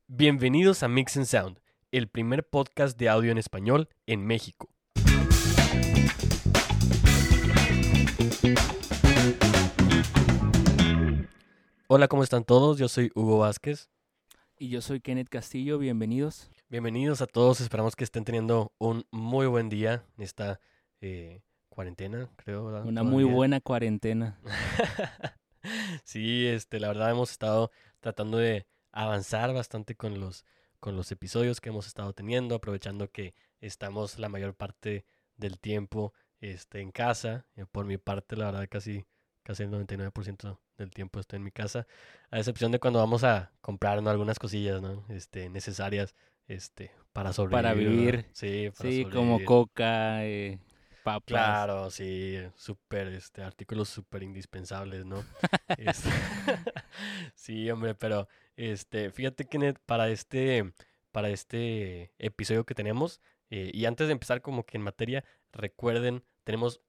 Bienvenidos a Mix and Sound, el primer podcast de audio en español en México. Hola, ¿cómo están todos? Yo soy Hugo Vázquez. Y yo soy Kenneth Castillo, bienvenidos. Bienvenidos a todos, esperamos que estén teniendo un muy buen día en esta cuarentena, creo, ¿verdad? Una muy buena cuarentena. Sí, la verdad hemos estado tratando de avanzar bastante con los episodios que hemos estado teniendo, aprovechando que estamos la mayor parte del tiempo en casa. Por mi parte, la verdad, casi el 99% del tiempo estoy en mi casa, a excepción de cuando vamos a comprar, ¿no?, algunas cosillas, ¿no?, necesarias para sobrevivir, Para ¿verdad? vivir, Sí, para sí, como sobrevivir. coca, papas. Claro, sí, súper, artículos súper indispensables, ¿no? Este, sí, hombre, pero, fíjate que para este episodio que tenemos, y antes de empezar como que en materia, recuerden, tenemos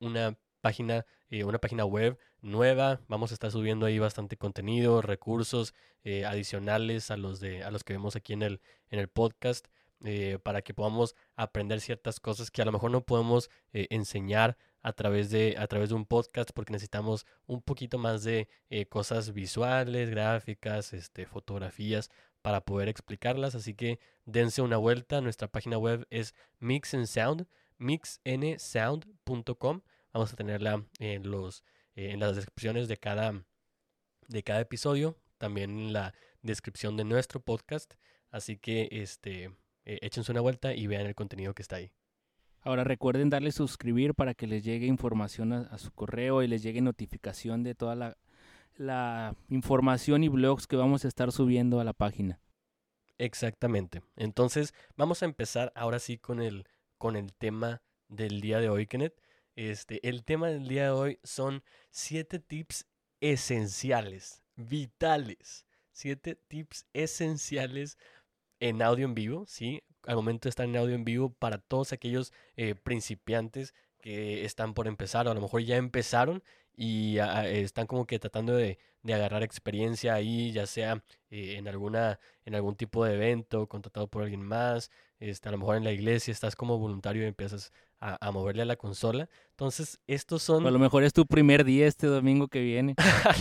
una página web nueva, vamos a estar subiendo ahí bastante contenido, recursos adicionales a los que vemos aquí en el podcast, para que podamos aprender ciertas cosas que a lo mejor no podemos enseñar a través de un podcast, porque necesitamos un poquito más de cosas visuales, gráficas, fotografías para poder explicarlas. Así que dense una vuelta. Nuestra página web es Mix and Sound, mixnsound.com. Vamos a tenerla en las descripciones de cada episodio, también en la descripción de nuestro podcast. Así que échense una vuelta y vean el contenido que está ahí. Ahora recuerden darle suscribir para que les llegue información a su correo y les llegue notificación de toda la información y blogs que vamos a estar subiendo a la página. Exactamente. Entonces, vamos a empezar ahora sí con el tema del día de hoy, Kenneth. El tema del día de hoy son 7 tips esenciales, vitales. 7 tips esenciales en audio en vivo, ¿sí? Al momento de estar en audio en vivo para todos aquellos principiantes que están por empezar o a lo mejor ya empezaron y están como que tratando de agarrar experiencia ahí, ya sea en algún tipo de evento, contratado por alguien más, a lo mejor en la iglesia estás como voluntario y empiezas a moverle a la consola. Entonces, estos O a son lo mejor es tu primer día este domingo que viene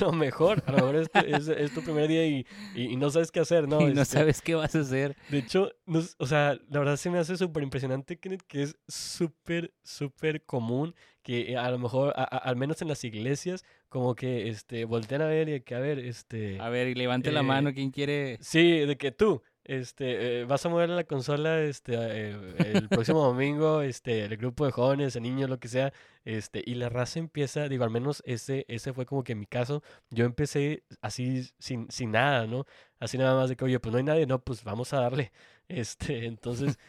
a lo mejor es tu primer día y no sabes qué hacer, ¿no? y no sabes qué vas a hacer. De hecho, o sea, la verdad se me hace súper impresionante, Kenneth, que es súper, súper común que a lo mejor, al menos en las iglesias, como que voltean a ver y que, a ver, A ver, y levante la eh, mano, ¿quién quiere? sí, de que tú, vas a mover la consola, el próximo domingo, el grupo de jóvenes, de niños, lo que sea, y la raza empieza, digo, al menos ese fue como que mi caso, yo empecé así sin nada, ¿no? Así nada más de que, oye, pues no hay nadie, no, pues vamos a darle, entonces,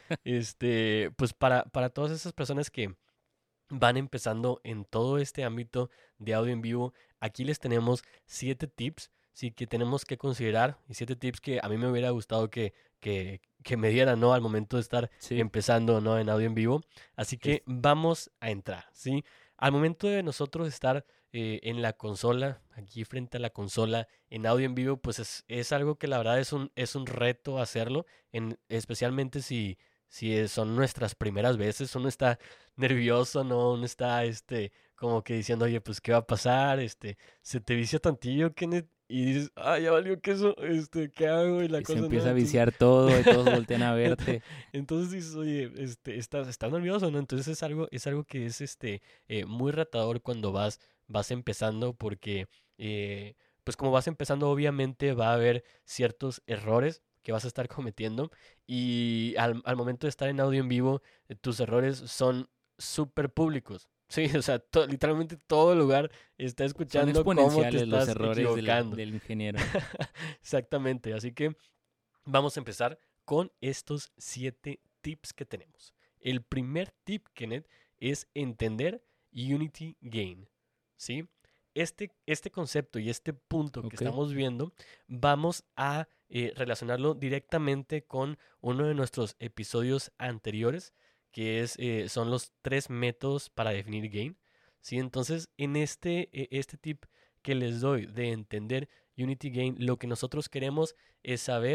pues para todas esas personas que van empezando en todo este ámbito de audio en vivo, aquí les tenemos 7 tips, sí, que tenemos que considerar y 7 tips que a mí me hubiera gustado que me dieran, ¿no?, al momento de estar Sí, empezando, ¿no?, en audio en vivo. Así que es- vamos a entrar, ¿sí? Al momento de nosotros estar en la consola, aquí frente a la consola, en audio en vivo, pues es algo que la verdad es un reto hacerlo, especialmente si son nuestras primeras veces, uno está nervioso, ¿no? Uno está, como que diciendo, oye, pues, ¿qué va a pasar? Se te vicia tantillo, Kenneth, y dices, ah, ya valió que eso, ¿qué hago? Y la y se cosa, ¿no? empieza a Entonces, viciar todo y todos voltean a verte. entonces dices, oye, estás nervioso, ¿no? Entonces es algo que es, muy retador cuando vas empezando porque, pues, como vas empezando, obviamente va a haber ciertos errores que vas a estar cometiendo y al momento de estar en audio en vivo, tus errores son súper públicos. Sí, o sea, literalmente todo el lugar está Son escuchando cómo te exponenciales los estás errores equivocando. del ingeniero. Exactamente, así que vamos a empezar con estos 7 tips que tenemos. El primer tip, Kenneth, es entender Unity Gain, ¿sí? Este concepto y este punto que ¿Ok? estamos viendo, vamos a relacionarlo directamente con uno de nuestros episodios anteriores, que son los 3 métodos para definir gain, ¿sí? Entonces, en este tip que les doy de entender Unity Gain, lo que nosotros queremos es saber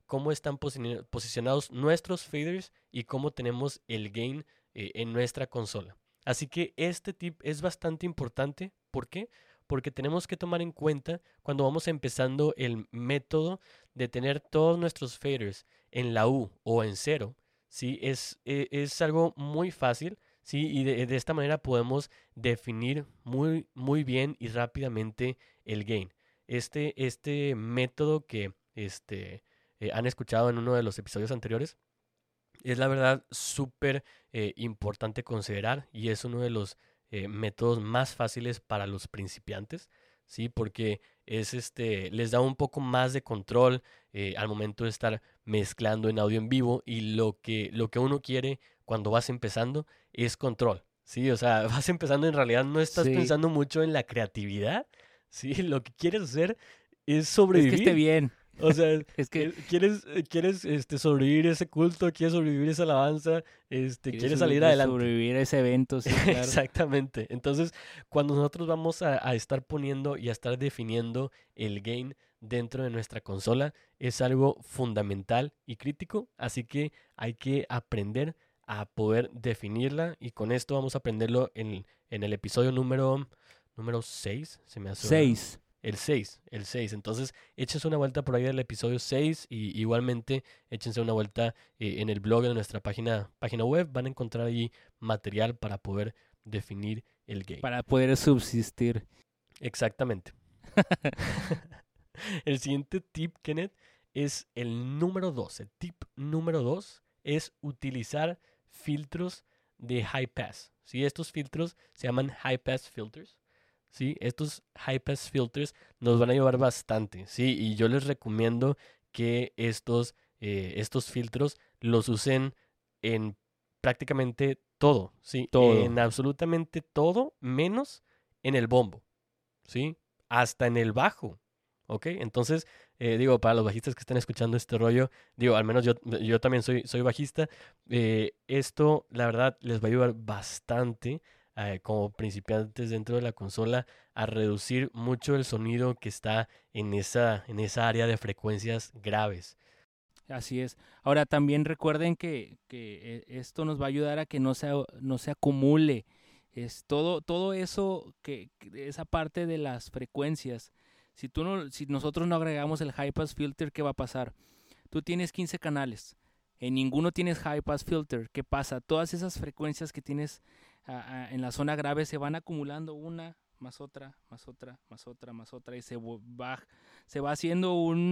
cómo están posicionados nuestros faders y cómo tenemos el gain en nuestra consola. Así que este tip es bastante importante. ¿Por qué? Porque tenemos que tomar en cuenta cuando vamos empezando el método de tener todos nuestros faders en la U o en cero, ¿sí? Es algo muy fácil, ¿sí? Y de esta manera podemos definir muy bien y rápidamente el gain. Este método que han escuchado en uno de los episodios anteriores es la verdad súper importante considerar y es uno de los métodos más fáciles para los principiantes, ¿sí? Porque les da un poco más de control al momento de estar mezclando en audio en vivo y lo que uno quiere cuando vas empezando es control, ¿sí? O sea, vas empezando en realidad no estás Sí, pensando mucho en la creatividad, ¿sí? Lo que quieres hacer es es que esté sobrevivir. bien. O sea, Es que quieres sobrevivir ese culto, quieres sobrevivir esa alabanza, quieres quieres salir adelante. sobrevivir a ese evento, sí, claro. Exactamente. Entonces, cuando nosotros vamos a estar poniendo y a estar definiendo el gain dentro de nuestra consola, es algo fundamental y crítico, así que hay que aprender a poder definirla y con esto vamos a aprenderlo en el episodio número 6, se me hace ahora. 6. El 6. Entonces, échense una vuelta por ahí del episodio 6 y igualmente échense una vuelta en el blog de nuestra página web. Van a encontrar ahí material para poder definir el gain. Para poder subsistir. Exactamente. El siguiente tip, Kenneth, es el número 2. El tip número 2 es utilizar filtros de high pass. ¿Sí? Estos filtros se llaman high pass filters. ¿Sí? Estos high pass filters nos van a ayudar bastante, ¿sí? Y yo les recomiendo que estos filtros los usen en prácticamente todo, ¿sí? Todo. En absolutamente todo, menos en el bombo, ¿sí? Hasta en el bajo, ¿ok? Entonces, digo, para los bajistas que están escuchando este rollo, digo, al menos yo también soy bajista, esto, la verdad, les va a ayudar bastante como principiantes dentro de la consola a reducir mucho el sonido que está en esa área de frecuencias graves. Así es. Ahora también recuerden que esto nos va a ayudar a que no se acumule. Es todo eso esa parte de las frecuencias. Si nosotros no agregamos el high pass filter, ¿qué va a pasar? Tú tienes 15 canales. En ninguno tienes high pass filter. ¿Qué pasa? Todas esas frecuencias que tienes en la zona grave se van acumulando una más otra, más otra, más otra, más otra y se va haciendo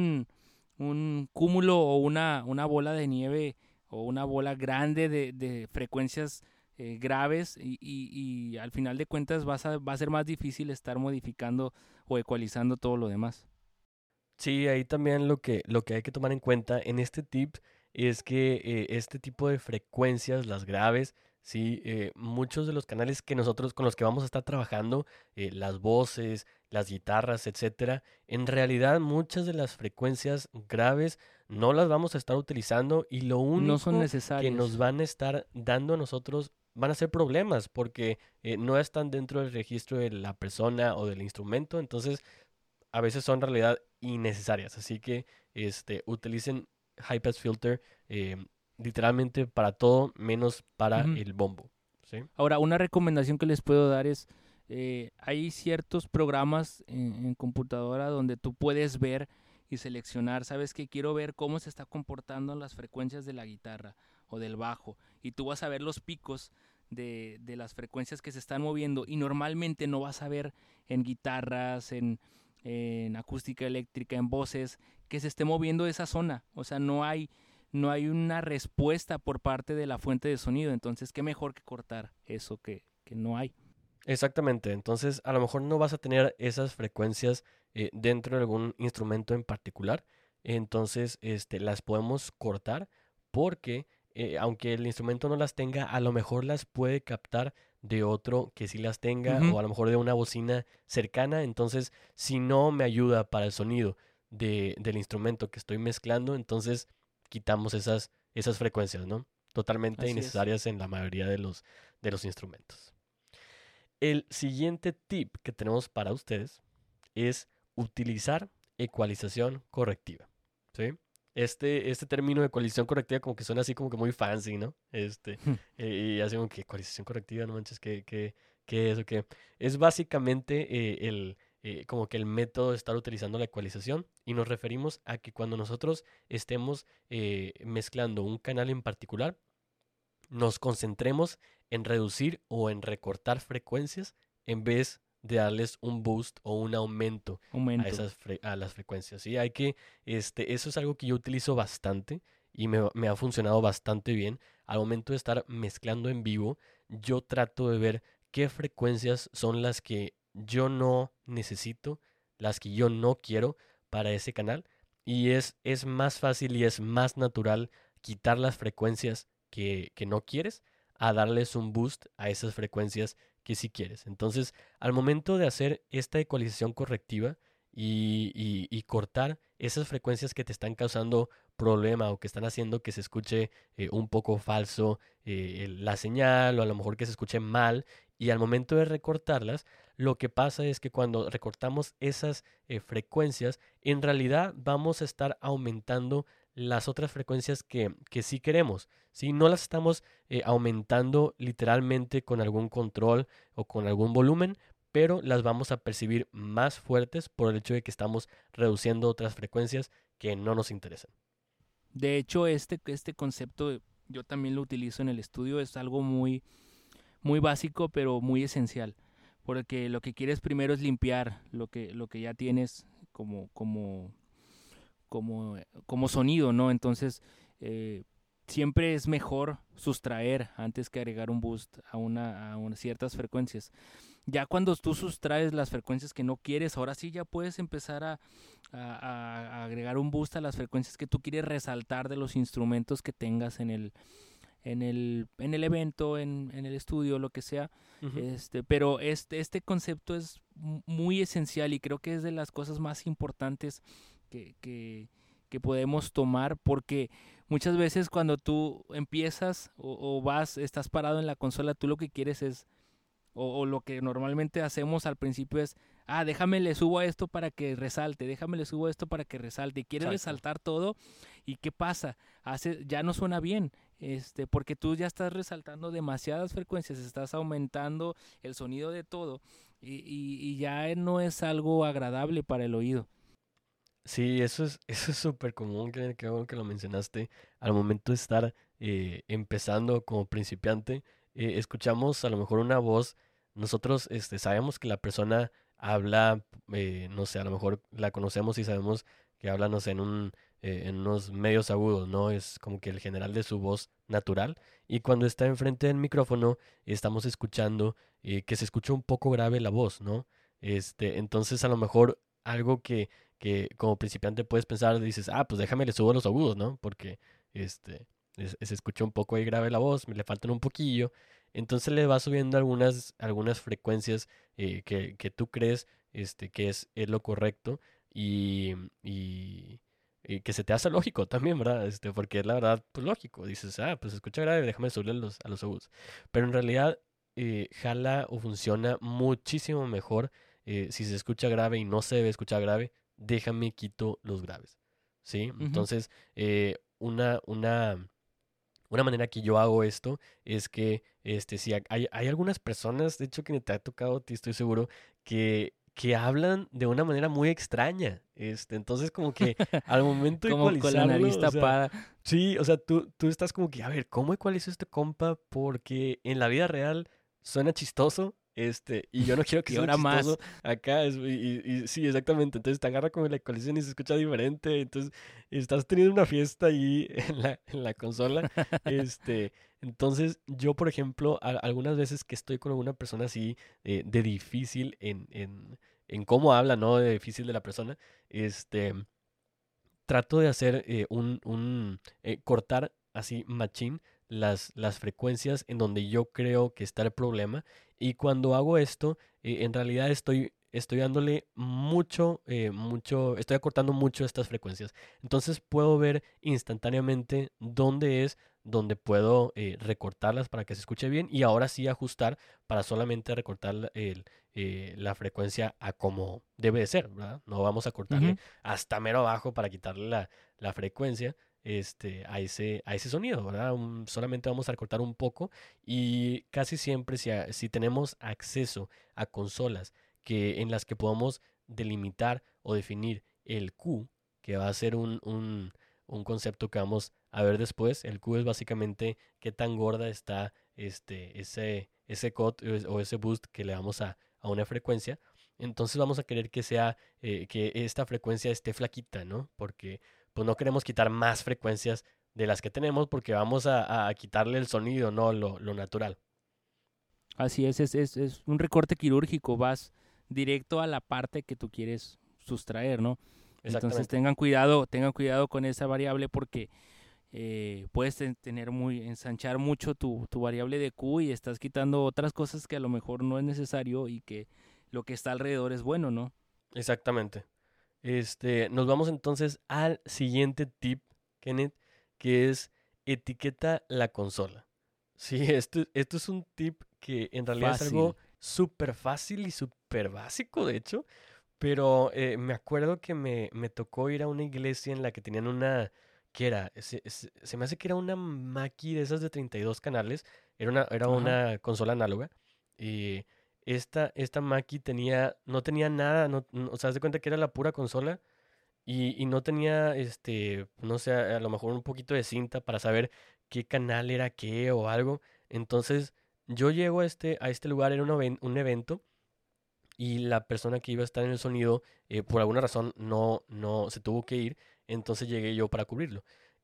un cúmulo o una bola de nieve o una bola grande de frecuencias graves y al final de cuentas va a ser más difícil estar modificando o ecualizando todo lo demás. Sí, ahí también lo que hay que tomar en cuenta en este tip es que este tipo de frecuencias, las graves, sí, muchos de los canales que nosotros con los que vamos a estar trabajando, las voces, las guitarras, etcétera, en realidad muchas de las frecuencias graves no las vamos a estar utilizando y lo No son único que nos necesarias. van a estar dando a nosotros van a ser problemas porque no están dentro del registro de la persona o del instrumento, entonces a veces son en realidad innecesarias. Así que utilicen High Pass Filter eh, literalmente para todo menos para Ujú. el bombo. ¿Sí? Ahora, una recomendación que les puedo dar es, hay ciertos programas en computadora donde tú puedes ver y seleccionar, sabes que quiero ver cómo se está comportando las frecuencias de la guitarra o del bajo y tú vas a ver los picos de las frecuencias que se están moviendo y normalmente no vas a ver en guitarras, en acústica eléctrica, en voces, que se esté moviendo esa zona, o sea, no hay una respuesta por parte de la fuente de sonido. Entonces, qué mejor que cortar eso que no hay. Exactamente. Entonces, a lo mejor no vas a tener esas frecuencias dentro de algún instrumento en particular. Entonces, las podemos cortar porque, aunque el instrumento no las tenga, a lo mejor las puede captar de otro que sí las tenga Ujú. o a lo mejor de una bocina cercana. Entonces, si no me ayuda para el sonido del instrumento que estoy mezclando, entonces quitamos esas frecuencias, ¿no? Totalmente Así es. innecesarias en la mayoría de los instrumentos. El siguiente tip que tenemos para ustedes es utilizar ecualización correctiva. ¿Sí? este término de ecualización correctiva como que suena así como que muy fancy, ¿no? Y así como que ecualización correctiva, no manches, ¿qué es o qué? Es básicamente como que el método de estar utilizando la ecualización y nos referimos a que cuando nosotros estemos mezclando un canal en particular, nos concentremos en reducir o en recortar frecuencias en vez de darles un boost o un aumento a Aumento. a las frecuencias. ¿Sí? Eso es algo que yo utilizo bastante y me ha funcionado bastante bien. Al momento de estar mezclando en vivo, yo trato de ver qué frecuencias son las que yo no necesito, las que yo no quiero para ese canal. Y es más fácil y es más natural quitar las frecuencias que no quieres a darles un boost a esas frecuencias que sí quieres. Entonces, al momento de hacer esta ecualización correctiva y cortar esas frecuencias que te están causando problema o que están haciendo que se escuche un poco falso la señal o a lo mejor que se escuche mal, y al momento de recortarlas, lo que pasa es que cuando recortamos esas frecuencias, en realidad vamos a estar aumentando las otras frecuencias que sí queremos. Si no las estamos aumentando literalmente con algún control o con algún volumen, pero las vamos a percibir más fuertes por el hecho de que estamos reduciendo otras frecuencias que no nos interesan. De hecho, este concepto yo también lo utilizo en el estudio, es algo muy, muy básico, pero muy esencial, porque lo que quieres primero es limpiar lo que ya tienes como sonido, ¿no? Entonces, eh, siempre es mejor sustraer antes que agregar un boost a ciertas frecuencias. Ya cuando tú sustraes las frecuencias que no quieres, ahora sí ya puedes empezar a agregar un boost a las frecuencias que tú quieres resaltar de los instrumentos que tengas en el evento, en el estudio, lo que sea. Ujú. Pero este concepto es muy esencial y creo que es de las cosas más importantes que, que, que podemos tomar, porque muchas veces cuando tú empiezas estás parado en la consola, tú lo que quieres es o lo que normalmente hacemos al principio es, déjame le subo a esto para que resalte, déjame le subo a esto para que resalte. Y quieres Exacto. resaltar todo. ¿Y qué pasa? Ya no suena bien. Porque tú ya estás resaltando demasiadas frecuencias, estás aumentando el sonido de todo y ya no es algo agradable para el oído. Sí, eso es súper común, que bueno que lo mencionaste. Al momento de estar empezando como principiante, escuchamos a lo mejor una voz. Nosotros sabemos que la persona habla, no sé, a lo mejor la conocemos y sabemos que habla, no sé, en unos medios agudos, ¿no? Es como que el general de su voz natural. Y cuando está enfrente del micrófono, estamos escuchando que se escucha un poco grave la voz, ¿no? Entonces a lo mejor algo que como principiante puedes pensar, dices, pues déjame le subo los agudos, ¿no? Porque se escucha un poco ahí grave la voz, me le faltan un poquillo. Entonces le vas subiendo algunas frecuencias que tú crees que es lo correcto y, y, y que se te hace lógico también, ¿verdad? Porque es la verdad, pues lógico. Dices, pues se escucha grave, déjame subirle a los agudos. Pero en realidad jala o funciona muchísimo mejor si se escucha grave y no se debe escuchar grave, déjame quito los graves. ¿Sí? Ujú. Entonces, una manera que yo hago esto es que, si hay algunas personas, de hecho, que te ha tocado, te estoy seguro, que hablan de una manera muy extraña. Entonces, como que al momento de Como con la ecualizarlo, nariz o sea, tapada. sí, o sea, tú estás como que, a ver, ¿cómo ecualizo este compa? Porque en la vida real suena chistoso. Y yo no quiero que Y suene ahora chistoso más. acá, y sí, exactamente, entonces te agarra como la ecualización y se escucha diferente, entonces estás teniendo una fiesta ahí en la consola, entonces yo, por ejemplo, algunas veces que estoy con alguna persona así de difícil en cómo habla, ¿no? De difícil de la persona, trato de hacer cortar así machín las frecuencias en donde yo creo que está el problema. Y cuando hago esto, en realidad estoy dándole estoy acortando mucho estas frecuencias. Entonces puedo ver instantáneamente dónde es donde puedo recortarlas para que se escuche bien y ahora sí ajustar para solamente recortar la frecuencia a como debe de ser, ¿verdad? No vamos a cortarle Ujú. hasta mero abajo para quitarle la frecuencia a ese sonido, ¿verdad? Solamente vamos a recortar un poco y casi siempre si tenemos acceso a consolas en las que podamos delimitar o definir el Q, que va a ser un concepto que vamos a ver después. El Q es básicamente qué tan gorda está ese cut o ese boost que le damos a una frecuencia. Entonces vamos a querer que esta frecuencia esté flaquita, ¿no? Porque pues no queremos quitar más frecuencias de las que tenemos porque vamos a quitarle el sonido, ¿no? Lo natural. Así es un recorte quirúrgico, vas directo a la parte que tú quieres sustraer, ¿no? Entonces Exactamente. tengan cuidado con esa variable porque puedes ensanchar mucho tu variable de Q y estás quitando otras cosas que a lo mejor no es necesario y que lo que está alrededor es bueno, ¿no? Exactamente. Nos vamos entonces al siguiente tip, Kenneth, que es etiqueta la consola. Sí, esto es un tip que en realidad es algo Fácil. súper fácil y súper básico, de hecho, pero me acuerdo que me tocó ir a una iglesia en la que tenían ¿qué era? Se me hace que era una Mackie de esas de 32 canales, era Ajá. una consola análoga, y esta Mackie no tenía nada, o sea, haz de cuenta que era la pura consola, y no tenía, no sé, a lo mejor un poquito de cinta para saber qué canal era qué o algo. Entonces, yo llego a este lugar, era un evento, y la persona que iba a estar en el sonido, por alguna razón, no se tuvo que ir, entonces llegué yo para cubrirlo.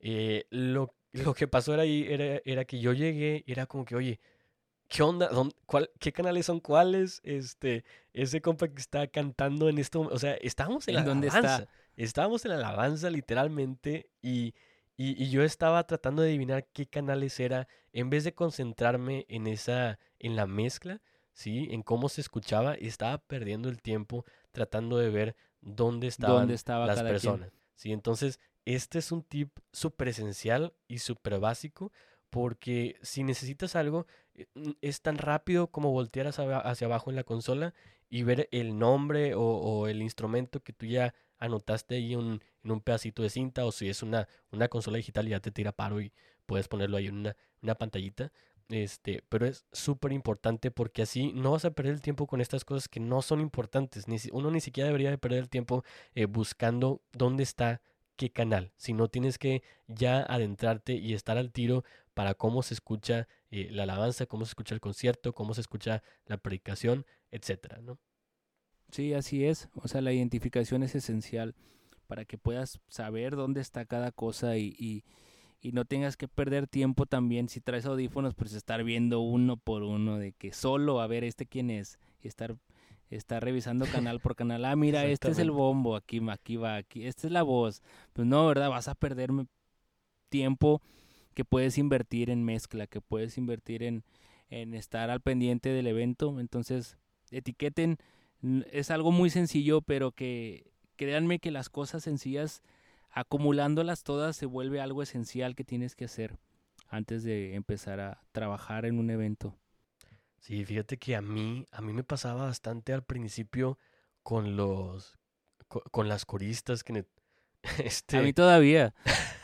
Lo que pasó era que yo llegué, era como que, oye, ¿qué onda? ¿Qué canales son cuáles? Ese compa que está cantando en esto, o sea, ¿En dónde está? estábamos en la alabanza literalmente y yo estaba tratando de adivinar qué canales era en vez de concentrarme en la mezcla, ¿sí? En cómo se escuchaba y estaba perdiendo el tiempo tratando de ver dónde ¿Dónde estaban estaba las cada quien? personas, ¿sí? Entonces, este es un tip súper esencial y súper básico porque si necesitas algo, es tan rápido como voltear hacia abajo en la consola y ver el nombre o el instrumento que tú ya anotaste ahí en un pedacito de cinta o si es una consola digital ya te tira paro y puedes ponerlo ahí en una pantallita. Pero es súper importante porque así no vas a perder el tiempo con estas cosas que no son importantes. Uno ni siquiera debería de perder el tiempo buscando dónde está qué canal, sino tienes que ya adentrarte y estar al tiro para cómo se escucha la alabanza, cómo se escucha el concierto, cómo se escucha la predicación, etcétera, ¿no? Sí, así es. O sea, la identificación es esencial para que puedas saber dónde está cada cosa y no tengas que perder tiempo también si traes audífonos, pues estar viendo uno por uno de que solo a ver este quién es y estar revisando canal por canal. Ah, mira, este es el Exactamente. bombo, aquí va, aquí, esta es la voz. Pues no, ¿verdad? Vas a perder tiempo que puedes invertir en mezcla, que puedes invertir en estar al pendiente del evento. Entonces, etiqueten, es algo muy sencillo, pero que créanme que las cosas sencillas, acumulándolas todas, se vuelve algo esencial que tienes que hacer antes de empezar a trabajar en un evento. Sí, fíjate que a mí me pasaba bastante al principio con con las coristas que A mí este, todavía,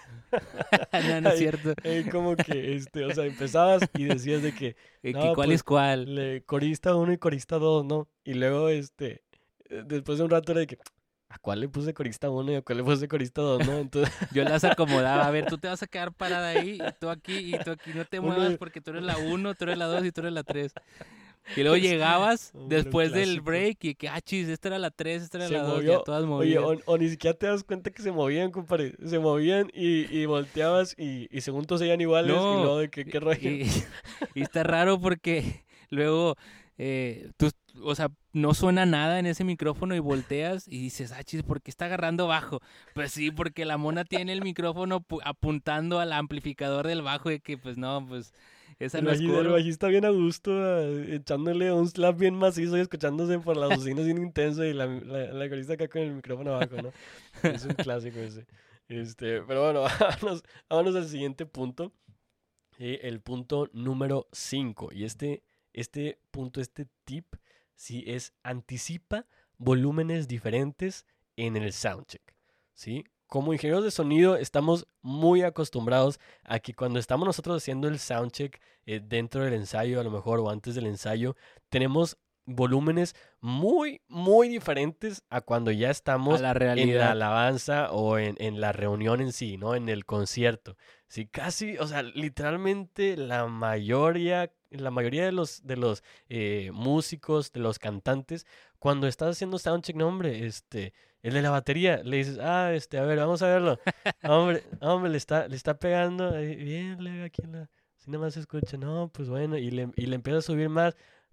no, no es ahí, cierto. ahí como que, o sea, empezabas y decías de que, Que no, ¿Cuál es pues, cuál? corista uno y corista dos, ¿no? Y luego, después de un rato era de que, ¿a cuál le puse corista uno y a cuál le puse corista dos, no? Entonces, Yo las acomodaba. A ver, tú te vas a quedar parada ahí y tú aquí. No te muevas uno, porque tú eres la uno, tú eres la 2 y tú eres la 3. Y luego es, llegabas hombre, un después del clásico. break y que, ah, chis, esta era la 3, esta era Se la 2, ya movió, todas oye, movidas. o ni siquiera te das cuenta que se movían, compadre. Se movían y volteabas y según todos sean iguales y No, luego de que, ¿qué rollo? y, y está raro porque luego tú, o sea, no suena nada en ese micrófono y volteas y dices, ah, chis, ¿por qué está agarrando bajo? Pues sí, porque la mona tiene el micrófono apuntando al amplificador del bajo y que, pues no, pues Esa El, no es el coro. bajista bien a gusto, echándole un slap bien macizo y escuchándose por las bocinas bien intenso y la corista acá con el micrófono abajo, ¿no? Es un clásico ese. Pero bueno, vámonos al siguiente punto. El punto número 5. Y este punto, este tip, sí es anticipa volúmenes diferentes en el soundcheck. ¿Sí? Como ingenieros de sonido estamos muy acostumbrados a que cuando estamos nosotros haciendo el soundcheck dentro del ensayo, a lo mejor, o antes del ensayo, tenemos volúmenes muy, muy diferentes a cuando ya A estamos la en la realidad. alabanza o en la reunión en sí, ¿no? En el concierto. Sí, casi, o sea, literalmente la mayoría de los músicos, de los cantantes, cuando estás haciendo soundcheck, no, hombre, el de la batería, le dices, a ver, vamos a verlo. Hombre, le está pegando, bien, le aquí si nada más se escucha, no, pues bueno, y le empieza a subir más,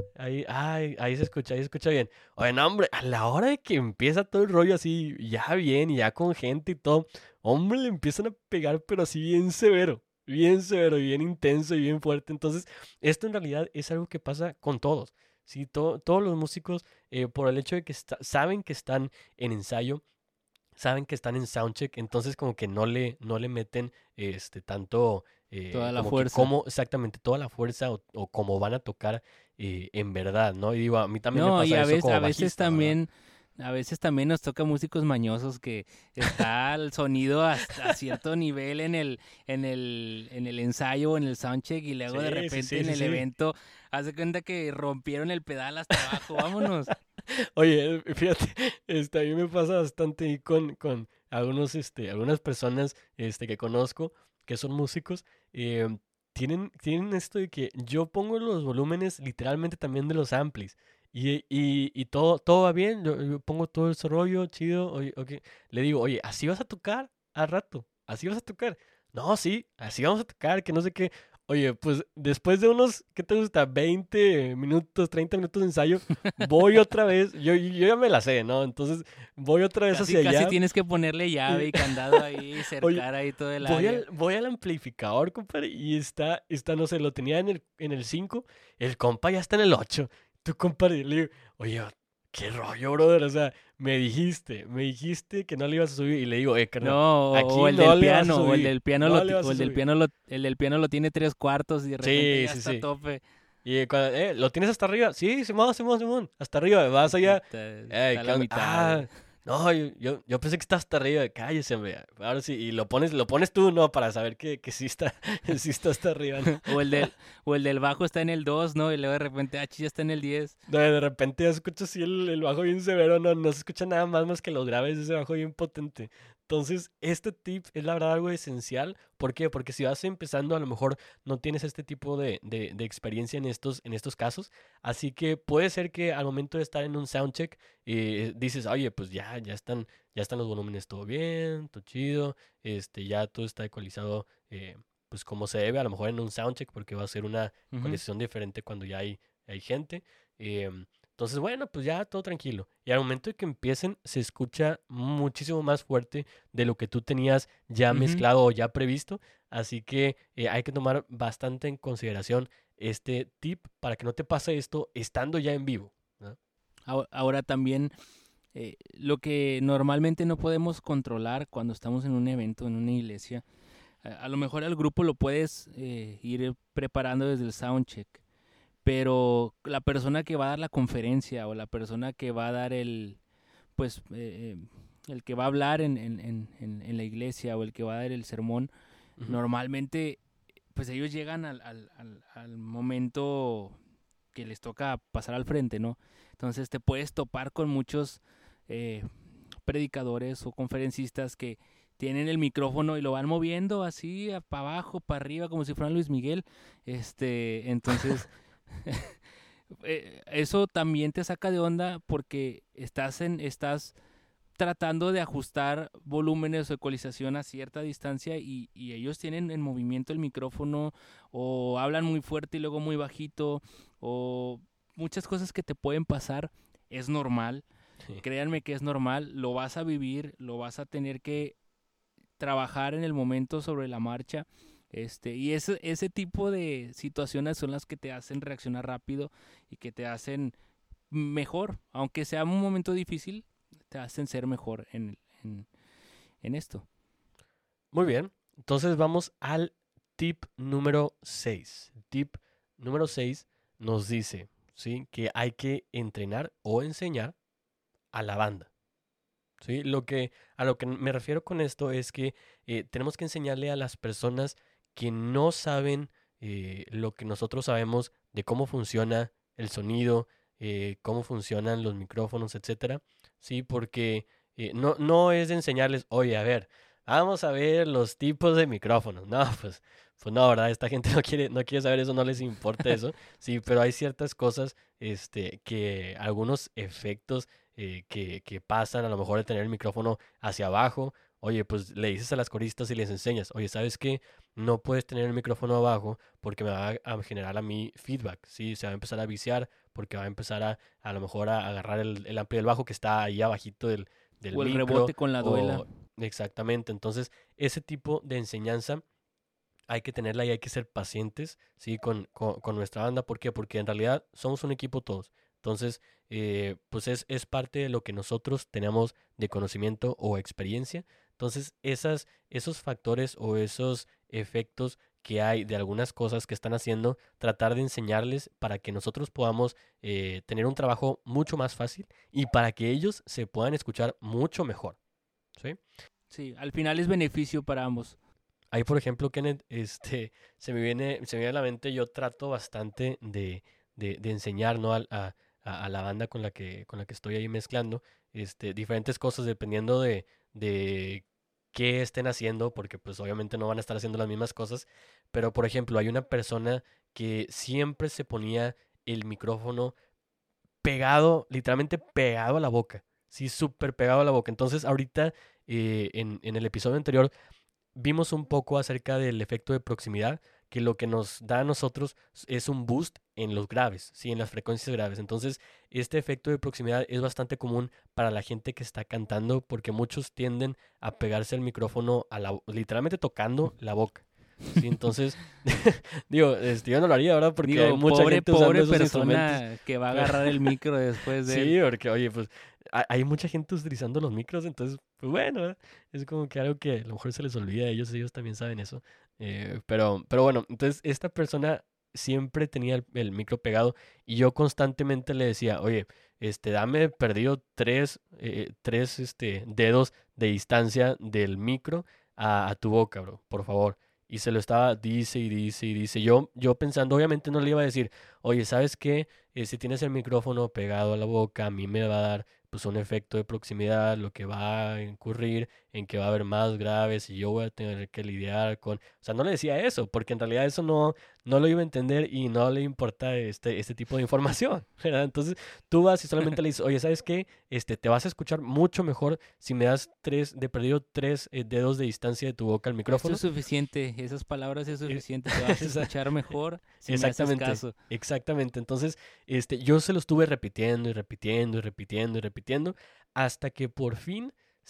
ahí se escucha bien. Oye, no, hombre, a la hora de que empieza todo el rollo así, ya bien, y ya con gente y todo, hombre, le empiezan a pegar, pero así bien severo, y bien intenso y bien fuerte. Entonces, esto en realidad es algo que pasa con todos. ¿Sí? Todos los músicos, por el hecho de que saben que están en ensayo, saben que están en soundcheck, entonces como que no le meten tanto, Toda la como que fuerza. cómo exactamente toda la fuerza o cómo van a tocar en verdad, ¿no? Y digo, a mí también me No, y pasa eso a como veces bajista, ¿verdad? también, a veces también nos toca músicos mañosos que está el sonido a cierto nivel en el ensayo o en el soundcheck y luego de Sí, sí, repente sí, en sí, el sí. evento hace cuenta que rompieron el pedal hasta abajo, vámonos. Oye, fíjate, a mí me pasa bastante ahí con algunas personas, que conozco, que son músicos, tienen esto de que yo pongo los volúmenes literalmente también de los amplis, y todo va bien, yo pongo todo ese rollo, chido, oye, ok, le digo, oye, ¿así vas a tocar al rato? ¿Así vas a tocar? No, sí, así vamos a tocar, que no sé qué. Oye, pues después de unos, ¿qué te gusta? 20 minutos, 30 minutos de ensayo, voy otra vez, yo ya me la sé, ¿no? Entonces voy otra vez Casi, hacia casi allá. tienes que ponerle y- llave y candado ahí, Oye, cercar ahí todo el voy área. al amplificador, compadre, y no sé, lo tenía en el 5, el compa ya está en el 8. Tú, compadre, le digo, oye, qué rollo, brother, o sea, me dijiste que no le ibas a subir, y le digo, carnal, No, o aquí el no del le vas a piano, subir, no le vas o a el del subir. piano el del piano lo tiene 3/4 y de repente Sí, ya sí, está a sí. tope. Y cuando, ¿lo tienes hasta arriba? Sí, Simón, Simón, Simón. Hasta arriba, vas allá. Está a ¿Qué la onda? mitad. No, yo pensé que está hasta arriba. Cállese, hombre. Ahora sí, y lo pones tú, ¿no? Para saber que sí está, sí está hasta arriba, ¿no? O el del, o el del bajo está en el 2, ¿no? Y luego de repente, ya está en el 10. De repente ya escucho así el bajo bien severo, no se escucha nada más que los graves de ese bajo bien potente. Entonces, este tip es la verdad algo esencial. ¿Por qué? Porque si vas empezando, a lo mejor no tienes este tipo de experiencia en estos casos. Así que puede ser que al momento de estar en un soundcheck, dices, oye, pues ya están los volúmenes todo bien, todo chido, ya todo está ecualizado, pues como se debe, a lo mejor en un soundcheck, porque va a ser una Ujú. ecualización diferente cuando ya hay gente. Entonces, bueno, pues ya todo tranquilo. Y al momento de que empiecen, se escucha muchísimo más fuerte de lo que tú tenías ya Ujú. mezclado o ya previsto. Así que hay que tomar bastante en consideración este tip para que no te pase esto estando ya en vivo, ¿no? Ahora también, lo que normalmente no podemos controlar cuando estamos en un evento, en una iglesia, a lo mejor al grupo lo puedes ir preparando desde el soundcheck, pero la persona que va a dar la conferencia o la persona que va a dar pues, el que va a hablar en la iglesia o el que va a dar el sermón, Ujú. normalmente, pues ellos llegan al momento que les toca pasar al frente, ¿no? Entonces te puedes topar con muchos eh, predicadores o conferencistas que tienen el micrófono y lo van moviendo así para abajo, para arriba, como si fueran Luis Miguel. Entonces, eso también te saca de onda porque estás tratando de ajustar volúmenes o ecualización a cierta distancia y ellos tienen en movimiento el micrófono o hablan muy fuerte y luego muy bajito o muchas cosas que te pueden pasar. Es normal, Sí. créanme que es normal, lo vas a vivir, lo vas a tener que trabajar en el momento sobre la marcha Y ese tipo de situaciones son las que te hacen reaccionar rápido y que te hacen mejor, aunque sea un momento difícil, te hacen ser mejor en esto. Muy bien, entonces vamos al tip número 6. Tip número 6 nos dice, ¿sí?, que hay que entrenar o enseñar a la banda. ¿Sí? A lo que me refiero con esto es que tenemos que enseñarle a las personas que no saben lo que nosotros sabemos de cómo funciona el sonido, cómo funcionan los micrófonos, etcétera. Sí, porque no es de enseñarles, oye, a ver, vamos a ver los tipos de micrófonos. No, pues no, ¿verdad? Esta gente no quiere saber eso, no les importa eso. Sí, pero hay ciertas cosas, que algunos efectos que pasan, a lo mejor de tener el micrófono hacia abajo. Oye, pues le dices a las coristas y les enseñas, oye, ¿sabes qué? No puedes tener el micrófono abajo porque me va a generar a mí feedback, ¿sí? Se va a empezar a viciar porque va a empezar a lo mejor a agarrar el ampli del bajo que está ahí abajito del O el micro. rebote con la duela. O exactamente, entonces ese tipo de enseñanza hay que tenerla y hay que ser pacientes, ¿sí? Con nuestra banda. ¿Por qué? Porque en realidad somos un equipo todos. Entonces, pues es parte de lo que nosotros tenemos de conocimiento o experiencia. Entonces, esos factores o esos efectos que hay de algunas cosas que están haciendo, tratar de enseñarles para que nosotros podamos tener un trabajo mucho más fácil y para que ellos se puedan escuchar mucho mejor, ¿sí? Sí, al final es beneficio para ambos. Ahí, por ejemplo, Kenneth, se me viene a la mente, yo trato bastante de enseñar, ¿no? A la banda con la que estoy ahí mezclando, diferentes cosas dependiendo de qué estén haciendo, porque pues obviamente no van a estar haciendo las mismas cosas, pero por ejemplo, hay una persona que siempre se ponía el micrófono pegado, literalmente pegado a la boca, sí, súper pegado a la boca. Entonces, ahorita, en el episodio anterior, vimos un poco acerca del efecto de proximidad, que lo que nos da a nosotros es un boost en los graves, ¿sí? En las frecuencias graves. Entonces, este efecto de proximidad es bastante común para la gente que está cantando, porque muchos tienden a pegarse el micrófono literalmente tocando la boca. Sí, entonces, digo, yo no lo haría, ¿verdad? Porque hay Digo, mucha gente usando esos instrumentos. persona que va a Pero agarrar el micro después de él. sí, porque, oye, pues hay mucha gente utilizando los micros, entonces, pues bueno, ¿verdad? Es como que algo que a lo mejor se les olvida a ellos también saben eso. Pero bueno, entonces esta persona siempre tenía el micro pegado y yo constantemente le decía, oye, dame perdido tres dedos de distancia del micro a tu boca, bro, por favor. Y se lo estaba, dice y dice y dice. Yo pensando, obviamente no le iba a decir, oye, ¿sabes qué? Si tienes el micrófono pegado a la boca, a mí me va a dar pues un efecto de proximidad, lo que va a incurrir en que va a haber más graves y yo voy a tener que lidiar con... O sea, no le decía eso, porque en realidad eso no lo iba a entender y no le importa este tipo de información, ¿verdad? Entonces tú vas y solamente le dices, oye, ¿sabes qué? Te vas a escuchar mucho mejor si me das tres dedos de distancia de tu boca al Esto micrófono. es suficiente, esas palabras es Eh, suficiente. Te vas a esa- escuchar mejor si me haces Exactamente, caso. exactamente. Entonces, yo se lo estuve repitiendo y repitiendo y repitiendo y repitiendo hasta que por fin,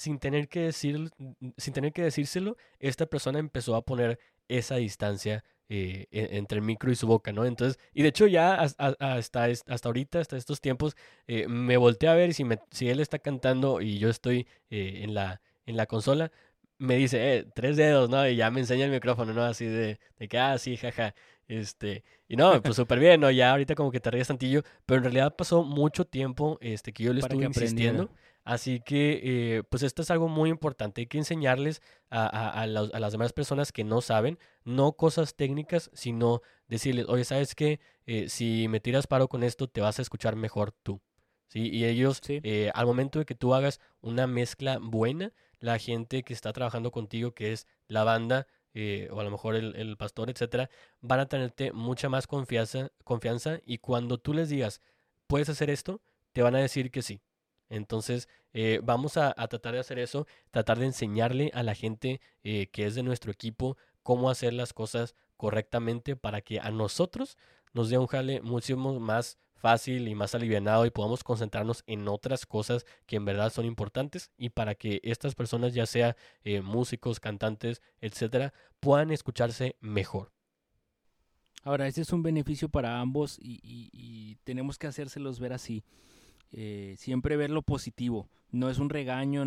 sin tener que decírselo, esta persona empezó a poner esa distancia entre el micro y su boca, ¿no? Entonces, y de hecho ya hasta ahorita, hasta estos tiempos, me volteé a ver y si él está cantando y yo estoy en la consola, me dice, tres dedos, ¿no? Y ya me enseña el micrófono, ¿no? Así de que, sí, jaja. Y no, pues súper bien, ¿no? Ya ahorita como que te ríes tantillo, pero en realidad pasó mucho tiempo, que yo le Para estuve que aprendiera. insistiendo. Así que, pues esto es algo muy importante. Hay que enseñarles a las demás personas que no saben, no cosas técnicas, sino decirles, oye, ¿sabes qué? Si me tiras paro con esto, te vas a escuchar mejor tú. ¿Sí? Y ellos, Sí. al momento de que tú hagas una mezcla buena, la gente que está trabajando contigo, que es la banda, o a lo mejor el pastor, etcétera, van a tenerte mucha más confianza y cuando tú les digas, puedes hacer esto, te van a decir que sí. Entonces, vamos a tratar de hacer eso, tratar de enseñarle a la gente que es de nuestro equipo cómo hacer las cosas correctamente para que a nosotros nos dé un jale muchísimo más fácil y más alivianado y podamos concentrarnos en otras cosas que en verdad son importantes y para que estas personas, ya sea músicos, cantantes, etcétera, puedan escucharse mejor. Ahora, ese es un beneficio para ambos y tenemos que hacérselos ver así. Siempre ver lo positivo. No es un regaño,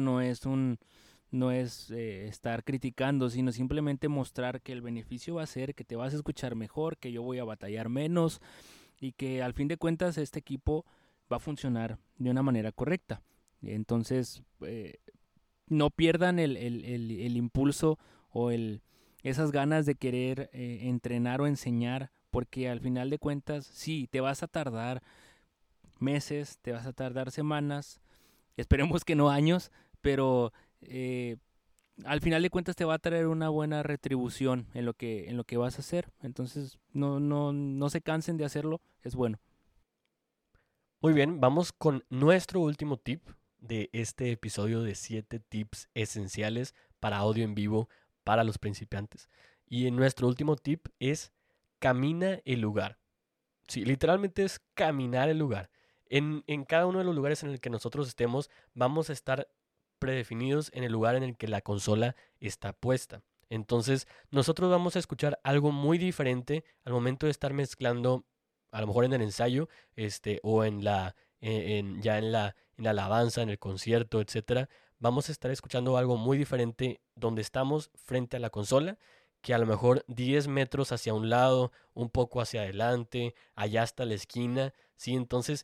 no es estar criticando, sino simplemente mostrar que el beneficio va a ser que te vas a escuchar mejor, que yo voy a batallar menos y que al fin de cuentas este equipo va a funcionar de una manera correcta. Entonces, no pierdan el impulso o esas ganas de querer entrenar o enseñar, porque al final de cuentas, sí, te vas a tardar meses, te vas a tardar semanas, esperemos que no años, pero al final de cuentas te va a traer una buena retribución en lo que vas a hacer. Entonces, no se cansen de hacerlo, es bueno. Muy bien, vamos con nuestro último tip de este episodio de 7 tips esenciales para audio en vivo para los principiantes. Y en nuestro último tip es camina el lugar. Sí, literalmente es caminar el lugar. En cada uno de los lugares en el que nosotros estemos, vamos a estar predefinidos en el lugar en el que la consola está puesta. Entonces, nosotros vamos a escuchar algo muy diferente al momento de estar mezclando, a lo mejor en el ensayo, o ya en la alabanza, en el concierto, etcétera. Vamos a estar escuchando algo muy diferente donde estamos frente a la consola, que a lo mejor 10 metros hacia un lado, un poco hacia adelante, allá hasta la esquina, ¿sí? Entonces,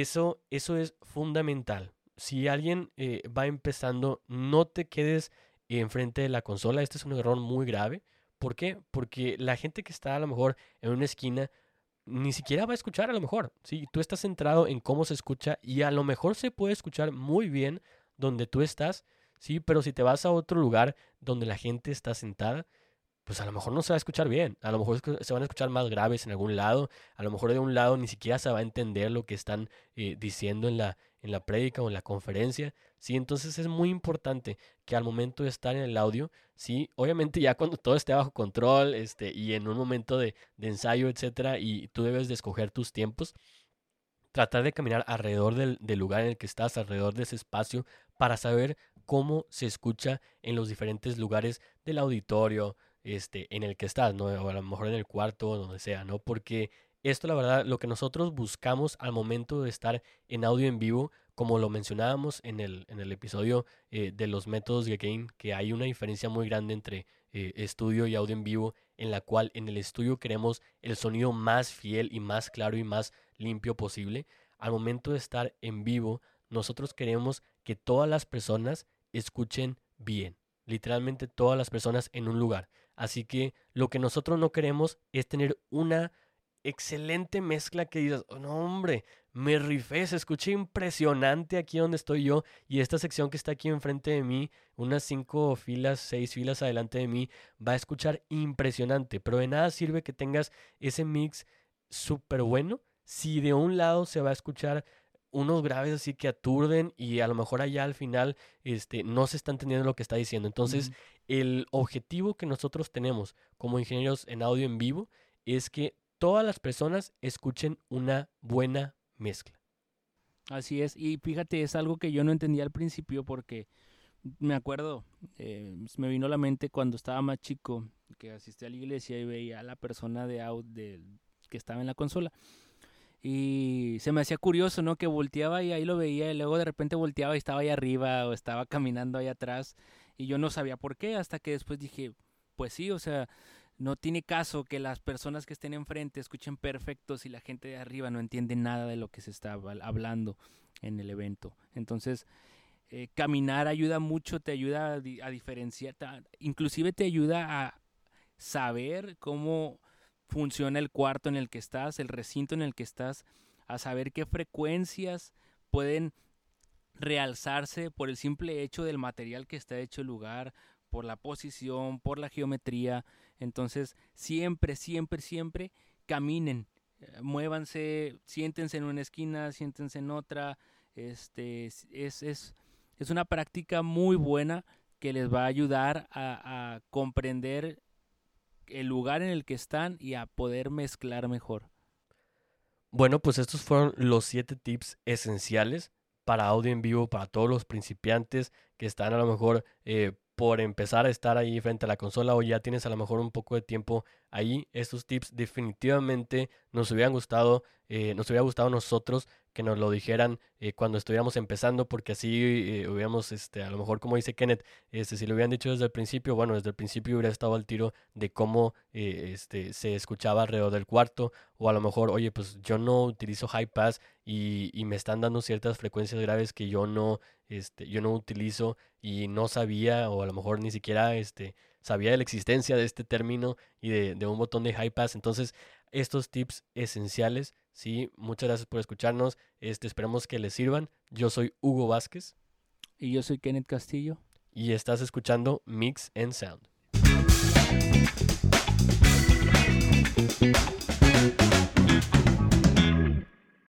eso es fundamental. Si alguien va empezando, no te quedes enfrente de la consola. Este es un error muy grave. ¿Por qué? Porque la gente que está a lo mejor en una esquina ni siquiera va a escuchar a lo mejor. Sí, tú estás centrado en cómo se escucha y a lo mejor se puede escuchar muy bien donde tú estás, sí, pero si te vas a otro lugar donde la gente está sentada, pues a lo mejor no se va a escuchar bien, a lo mejor se van a escuchar más graves en algún lado, a lo mejor de un lado ni siquiera se va a entender lo que están diciendo en la prédica o en la conferencia, ¿sí? Entonces es muy importante que al momento de estar en el audio, ¿sí? Obviamente ya cuando todo esté bajo control, y en un momento de ensayo, etcétera, y tú debes de escoger tus tiempos, tratar de caminar alrededor del lugar en el que estás, alrededor de ese espacio, para saber cómo se escucha en los diferentes lugares del auditorio, en el que estás, ¿no? O a lo mejor en el cuarto o donde sea, ¿no? Porque esto, la verdad, lo que nosotros buscamos al momento de estar en audio en vivo, como lo mencionábamos en el episodio de los métodos de Gain, que hay una diferencia muy grande entre estudio y audio en vivo, en la cual en el estudio queremos el sonido más fiel y más claro y más limpio posible. Al momento de estar en vivo, nosotros queremos que todas las personas escuchen bien, literalmente todas las personas en un lugar. Así que lo que nosotros no queremos es tener una excelente mezcla que digas, "Oh, no hombre, me rifé, se escucha impresionante aquí donde estoy yo y esta sección que está aquí enfrente de mí, unas 5 filas, 6 filas adelante de mí, va a escuchar impresionante, pero de nada sirve que tengas ese mix súper bueno si de un lado se va a escuchar unos graves así que aturden y a lo mejor allá al final no se está entendiendo lo que está diciendo. Entonces, Ujú. el objetivo que nosotros tenemos como ingenieros en audio en vivo es que todas las personas escuchen una buena mezcla. Así es, y fíjate, es algo que yo no entendía al principio porque me acuerdo, me vino a la mente cuando estaba más chico, que asistí a la iglesia y veía a la persona que estaba en la consola. Y se me hacía curioso, ¿no? Que volteaba y ahí lo veía y luego de repente volteaba y estaba ahí arriba o estaba caminando ahí atrás y yo no sabía por qué hasta que después dije, pues sí, o sea, no tiene caso que las personas que estén enfrente escuchen perfecto si la gente de arriba no entiende nada de lo que se está hablando en el evento. Entonces, caminar ayuda mucho, te ayuda a diferenciar, inclusive te ayuda a saber cómo funciona el cuarto en el que estás, el recinto en el que estás, a saber qué frecuencias pueden realzarse por el simple hecho del material que está hecho el lugar, por la posición, por la geometría. Entonces, siempre, siempre, siempre caminen, muévanse, siéntense en una esquina, siéntense en otra. Es una práctica muy buena que les va a ayudar a comprender el lugar en el que están y a poder mezclar mejor. Bueno, pues estos fueron los 7 tips esenciales para audio en vivo para todos los principiantes que están a lo mejor por empezar a estar ahí frente a la consola o ya tienes a lo mejor un poco de tiempo ahí. Estos tips definitivamente nos hubiera gustado a nosotros que nos lo dijeran cuando estuviéramos empezando, porque así hubiéramos, a lo mejor como dice Kenneth, si lo hubieran dicho desde el principio, bueno, desde el principio hubiera estado al tiro de cómo se escuchaba alrededor del cuarto, o a lo mejor, oye, pues yo no utilizo high pass y me están dando ciertas frecuencias graves que yo no utilizo y no sabía, o a lo mejor ni siquiera sabía de la existencia de este término y de un botón de high pass. Entonces, estos tips esenciales, sí, muchas gracias por escucharnos. Esperamos que les sirvan. Yo soy Hugo Vázquez. Y yo soy Kenneth Castillo. Y estás escuchando Mix and Sound.